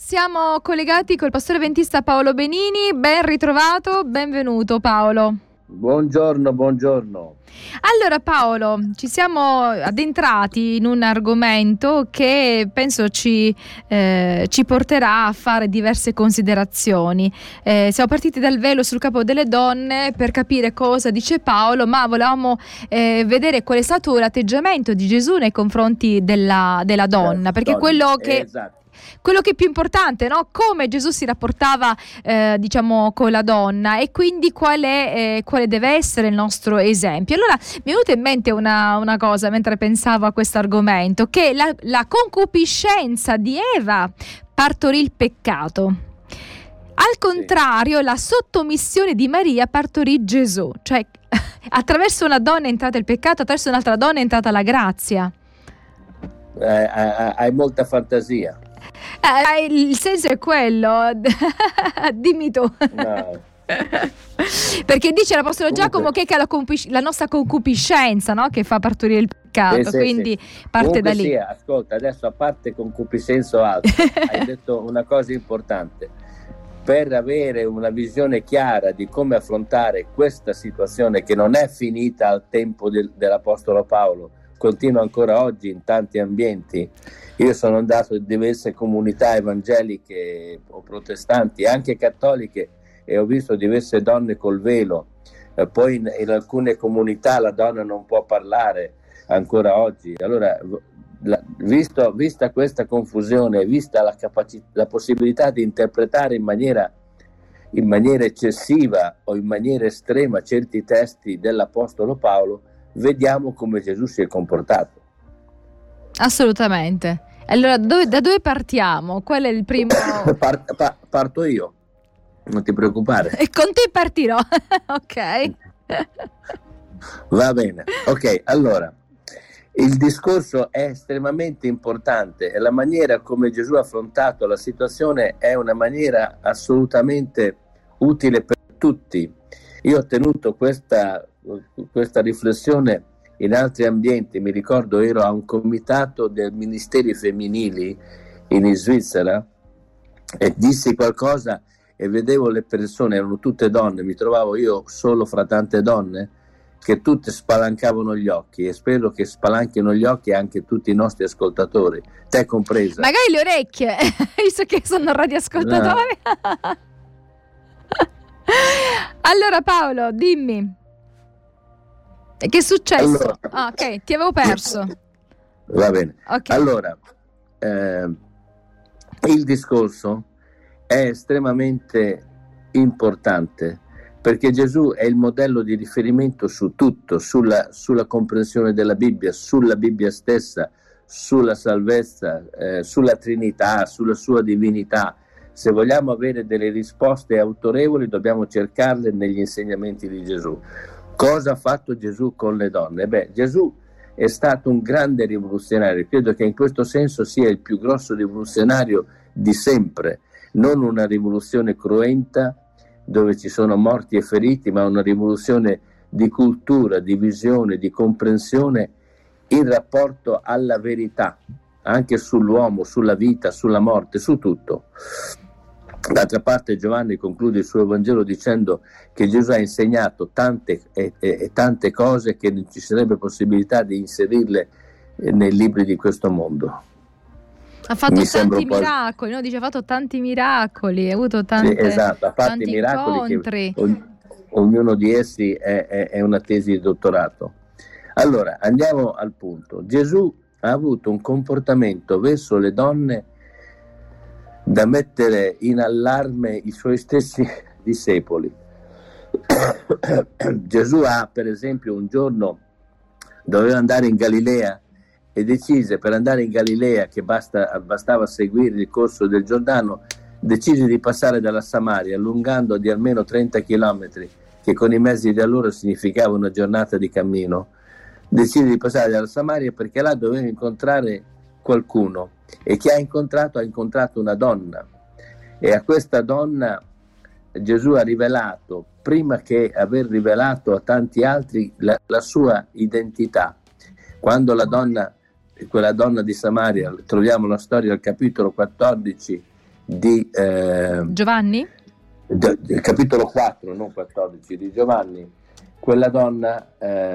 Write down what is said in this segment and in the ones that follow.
Siamo collegati col pastore adventista Paolo Benini. Ben ritrovato, benvenuto Paolo. Buongiorno. Allora Paolo, ci siamo addentrati in un argomento che penso ci porterà a fare diverse considerazioni. Siamo partiti dal velo sul capo delle donne per capire cosa dice Paolo, ma volevamo vedere qual è stato l'atteggiamento di Gesù nei confronti della donna, perché quello che è più importante, no? Come Gesù si rapportava con la donna, e quindi quale deve essere il nostro esempio. Allora mi è venuta in mente una cosa mentre pensavo a questo argomento, che la concupiscenza di Eva partorì il peccato. Al contrario, la sottomissione di Maria partorì Gesù, cioè attraverso una donna è entrata il peccato, attraverso un'altra donna è entrata la grazia. Hai molta fantasia. Il senso è quello. Dimmi tu. No. Perché dice l'Apostolo Giacomo che è la nostra concupiscenza, no? Che fa partorire il peccato, quindi parte da lì. Sì, ascolta, adesso a parte concupiscenza o altro, hai detto una cosa importante. Per avere una visione chiara di come affrontare questa situazione, che non è finita al tempo dell'Apostolo Paolo, continua ancora oggi in tanti ambienti. Io sono andato in diverse comunità evangeliche o protestanti, anche cattoliche, e ho visto diverse donne col velo. Poi in alcune comunità la donna non può parlare ancora oggi. Allora, vista questa confusione, vista la possibilità di interpretare in maniera eccessiva o in maniera estrema certi testi dell'Apostolo Paolo, vediamo come Gesù si è comportato. Assolutamente. Allora, da dove partiamo? Qual è il primo? Parto io, non ti preoccupare. E con te partirò. Ok. Va bene. Ok, allora, il discorso è estremamente importante e la maniera come Gesù ha affrontato la situazione è una maniera assolutamente utile per tutti. Io ho tenuto questa riflessione in altri ambienti. Mi ricordo, ero a un comitato del Ministeri Femminili in Svizzera e dissi qualcosa e vedevo le persone, erano tutte donne, mi trovavo io solo fra tante donne, che tutte spalancavano gli occhi, e spero che spalanchino gli occhi anche tutti i nostri ascoltatori, te compresa. Magari le orecchie, visto che sono radioascoltatori. No. Allora Paolo, dimmi. Che è successo? Allora, ok, ti avevo perso. Va bene. Okay. Allora, il discorso è estremamente importante, perché Gesù è il modello di riferimento su tutto, sulla comprensione della Bibbia, sulla Bibbia stessa, sulla salvezza, sulla Trinità, sulla sua divinità. Se vogliamo avere delle risposte autorevoli, dobbiamo cercarle negli insegnamenti di Gesù. Cosa ha fatto Gesù con le donne? Gesù è stato un grande rivoluzionario, credo che in questo senso sia il più grosso rivoluzionario di sempre, non una rivoluzione cruenta dove ci sono morti e feriti, ma una rivoluzione di cultura, di visione, di comprensione in rapporto alla verità, anche sull'uomo, sulla vita, sulla morte, su tutto. D'altra parte Giovanni conclude il suo Vangelo dicendo che Gesù ha insegnato tante cose che non ci sarebbe possibilità di inserirle nei libri di questo mondo. Ha fatto tanti miracoli, no? Dice, ha fatto tanti miracoli, ha avuto tanti ha fatto i miracoli incontri. Che ognuno di essi è una tesi di dottorato. Allora, andiamo al punto. Gesù ha avuto un comportamento verso le donne da mettere in allarme i suoi stessi discepoli. Gesù per esempio, un giorno doveva andare in Galilea e decise, per andare in Galilea, che bastava seguire il corso del Giordano, decise di passare dalla Samaria, allungando di almeno 30 chilometri, che con i mezzi di allora significava una giornata di cammino. Decise di passare dalla Samaria perché là doveva incontrare qualcuno, e chi ha incontrato una donna, e a questa donna Gesù ha rivelato, prima che aver rivelato a tanti altri, la sua identità. Quando quella donna di Samaria, troviamo la storia al capitolo 14 di Giovanni? Capitolo 4, non 14, di Giovanni, quella donna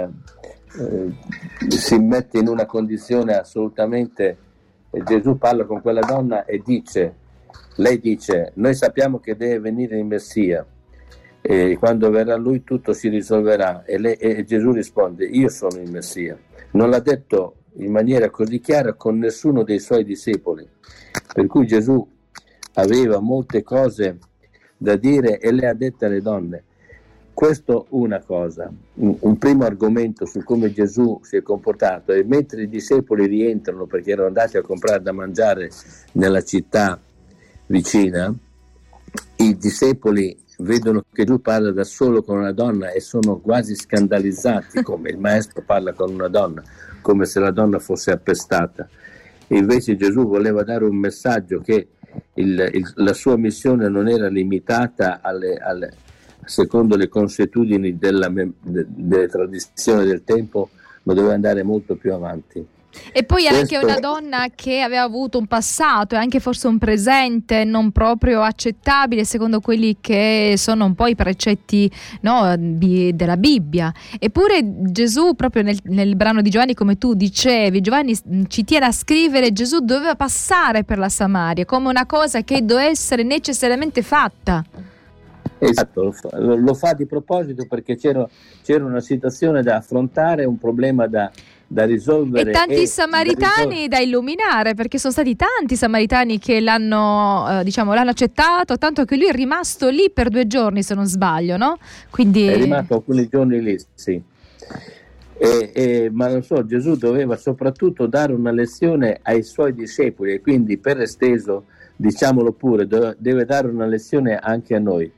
si mette in una condizione assolutamente, Gesù parla con quella donna e lei dice, noi sappiamo che deve venire il Messia e quando verrà lui tutto si risolverà, e Gesù risponde, io sono il Messia. Non l'ha detto in maniera così chiara con nessuno dei suoi discepoli, per cui Gesù aveva molte cose da dire e le ha dette alle donne. Questo una cosa, un primo argomento su come Gesù si è comportato. E mentre i discepoli rientrano perché erano andati a comprare da mangiare nella città vicina, i discepoli vedono che Gesù parla da solo con una donna e sono quasi scandalizzati, come il maestro parla con una donna, come se la donna fosse appestata. E invece Gesù voleva dare un messaggio che la sua missione non era limitata secondo le consuetudini delle tradizioni del tempo, ma doveva andare molto più avanti. E poi anche una donna che aveva avuto un passato e anche forse un presente non proprio accettabile secondo quelli che sono un po' i precetti, no, della Bibbia. Eppure Gesù, proprio nel brano di Giovanni, come tu dicevi, Giovanni ci tiene a scrivere, Gesù doveva passare per la Samaria come una cosa che doveva essere necessariamente fatta. Esatto, lo fa di proposito perché c'era una situazione da affrontare, un problema da risolvere. E tanti samaritani da illuminare, perché sono stati tanti samaritani che l'hanno accettato, tanto che lui è rimasto lì per 2 giorni, se non sbaglio, no? Quindi è rimasto alcuni giorni lì, sì. Ma non so, Gesù doveva soprattutto dare una lezione ai suoi discepoli e quindi per esteso, diciamolo pure, deve dare una lezione anche a noi.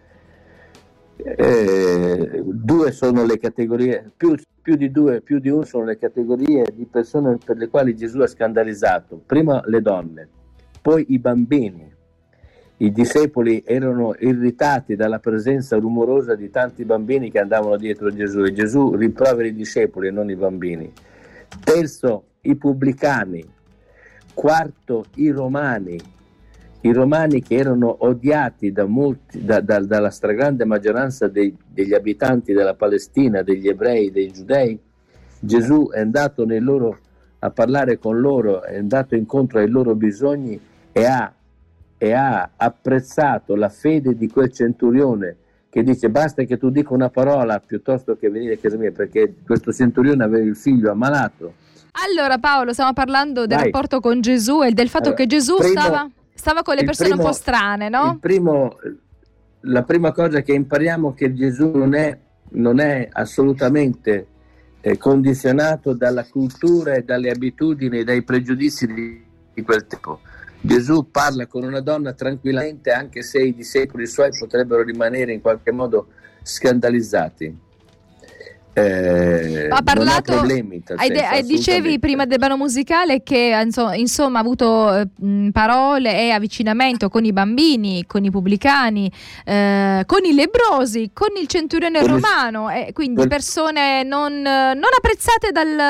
2 sono le categorie, più di uno sono le categorie di persone per le quali Gesù ha scandalizzato. Prima le donne, poi i bambini. I discepoli erano irritati dalla presenza rumorosa di tanti bambini che andavano dietro Gesù e Gesù rimprovera i discepoli e non i bambini. Terzo, i pubblicani. Quarto, i romani che erano odiati da molti, dalla stragrande maggioranza degli abitanti della Palestina, degli ebrei, dei giudei. Gesù è andato a parlare con loro, è andato incontro ai loro bisogni e ha apprezzato la fede di quel centurione che dice basta che tu dica una parola piuttosto che venire a casa mia, perché questo centurione aveva il figlio ammalato. Allora Paolo, stiamo parlando del rapporto con Gesù e del fatto che Gesù stava con le persone un po' strane, no? La prima cosa che impariamo è che Gesù non è assolutamente condizionato dalla cultura e dalle abitudini e dai pregiudizi di quel tempo. Gesù parla con una donna tranquillamente, anche se i discepoli suoi potrebbero rimanere in qualche modo scandalizzati. Ha parlato, non ha problemi, dicevi prima del brano musicale che insomma ha avuto parole e avvicinamento con i bambini, con i pubblicani, con i lebbrosi, con il centurione romano, quindi persone non apprezzate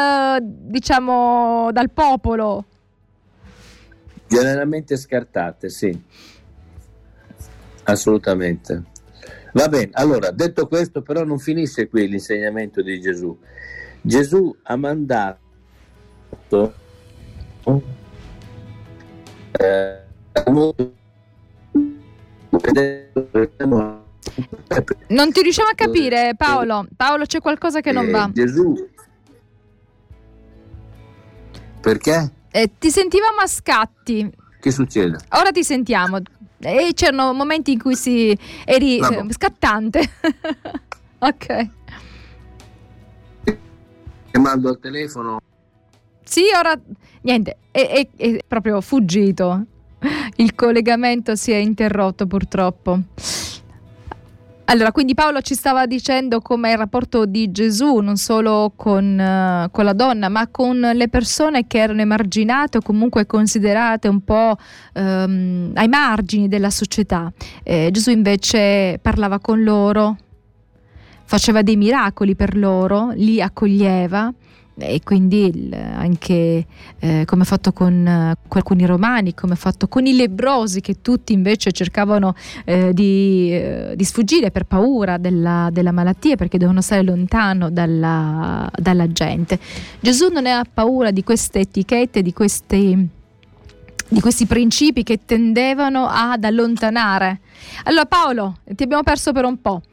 dal popolo, generalmente scartate, sì, assolutamente. Va bene, allora, detto questo, però non finisce qui l'insegnamento di Gesù. Gesù ha mandato non ti riusciamo a capire, Paolo. Paolo, c'è qualcosa che non va. Gesù, perché? Ti sentivamo a scatti. Che succede? Ora ti sentiamo. E c'erano momenti in cui eri scattante. Ok. Chiamando al telefono. Sì, ora niente, è proprio fuggito. Il collegamento si è interrotto purtroppo. Allora, quindi Paolo ci stava dicendo come il rapporto di Gesù non solo con la donna, ma con le persone che erano emarginate o comunque considerate un po' ai margini della società. Gesù invece parlava con loro, faceva dei miracoli per loro, li accoglieva, e quindi anche come ha fatto con alcuni romani, come ha fatto con i lebbrosi, che tutti invece cercavano di sfuggire per paura della malattia, perché devono stare lontano dalla gente. Gesù non ha paura di queste etichette, di questi principi che tendevano ad allontanare. Allora Paolo, ti abbiamo perso per un po'.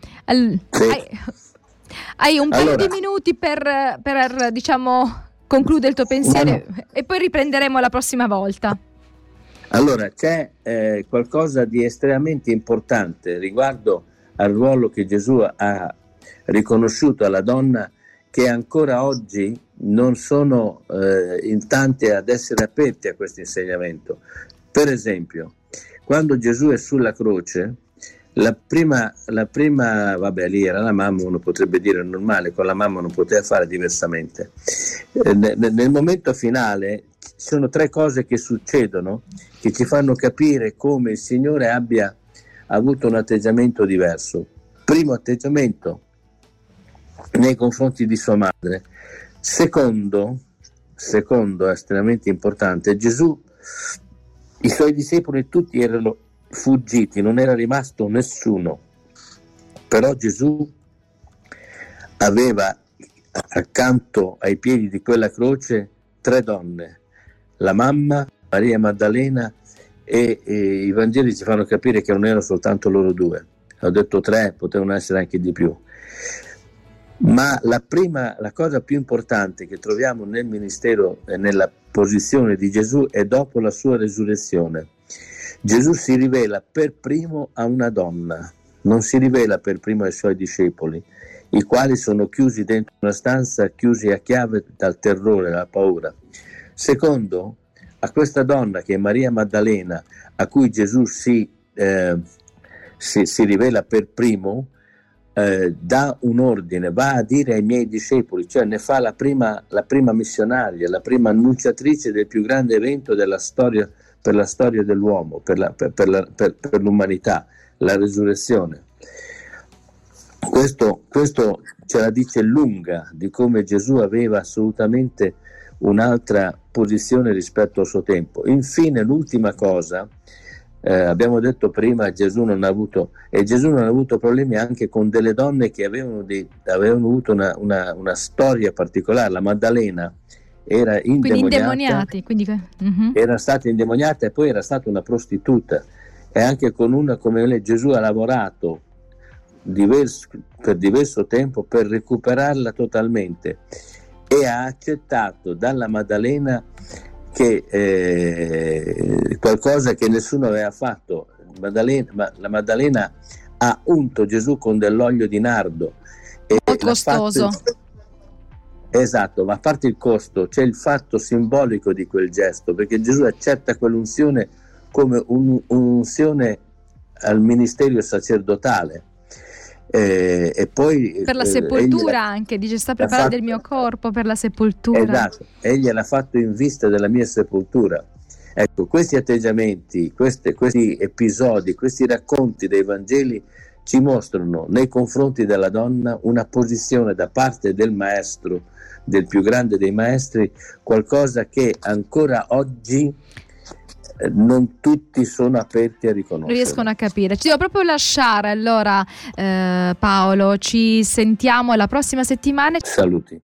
Hai un paio di minuti per diciamo concludere il tuo pensiero e poi riprenderemo la prossima volta. Allora, c'è qualcosa di estremamente importante riguardo al ruolo che Gesù ha riconosciuto alla donna, che ancora oggi non sono in tanti ad essere aperti a questo insegnamento. Per esempio, quando Gesù è sulla croce, la prima, vabbè, lì era la mamma, uno potrebbe dire normale, con la mamma non poteva fare diversamente. Nel momento finale ci sono 3 cose che succedono che ci fanno capire come il Signore abbia avuto un atteggiamento diverso. Primo atteggiamento nei confronti di sua madre. Secondo, estremamente importante, Gesù, i suoi discepoli tutti erano fuggiti, non era rimasto nessuno, però Gesù aveva accanto ai piedi di quella croce 3 donne, la mamma, Maria Maddalena e i Vangeli ci fanno capire che non erano soltanto loro 2, ho detto 3, potevano essere anche di più. Ma la cosa più importante che troviamo nel ministero e nella posizione di Gesù è dopo la sua resurrezione. Gesù si rivela per primo a una donna, non si rivela per primo ai suoi discepoli, i quali sono chiusi dentro una stanza, chiusi a chiave dal terrore, dalla paura. Secondo, a questa donna che è Maria Maddalena, a cui Gesù si rivela per primo, dà un ordine, va a dire ai miei discepoli, cioè ne fa la prima missionaria, la prima annunciatrice del più grande evento della storia, per la storia dell'uomo, per l'umanità, la resurrezione. Questo ce la dice lunga di come Gesù aveva assolutamente un'altra posizione rispetto al suo tempo. Infine, l'ultima cosa, abbiamo detto prima, Gesù non ha avuto problemi anche con delle donne che avevano avuto una storia particolare. La Maddalena era indemoniata, era stata indemoniata e poi era stata una prostituta, e anche con una come lei Gesù ha lavorato per diverso tempo per recuperarla totalmente, e ha accettato dalla Maddalena che qualcosa che nessuno aveva fatto. La Maddalena ha unto Gesù con dell'olio di nardo, molto costoso. Esatto, ma a parte il costo c'è il fatto simbolico di quel gesto, perché Gesù accetta quell'unzione come un'unzione al ministero sacerdotale, e poi per la sepoltura anche, dice sta preparando il mio corpo per la sepoltura. Esatto, egli l'ha fatto in vista della mia sepoltura. Ecco, questi atteggiamenti, questi episodi, questi racconti dei Vangeli ci mostrano nei confronti della donna una posizione da parte del maestro, del più grande dei maestri, qualcosa che ancora oggi non tutti sono aperti a riconoscere. Riescono a capire. Ci devo proprio lasciare allora, Paolo, ci sentiamo la prossima settimana. Saluti.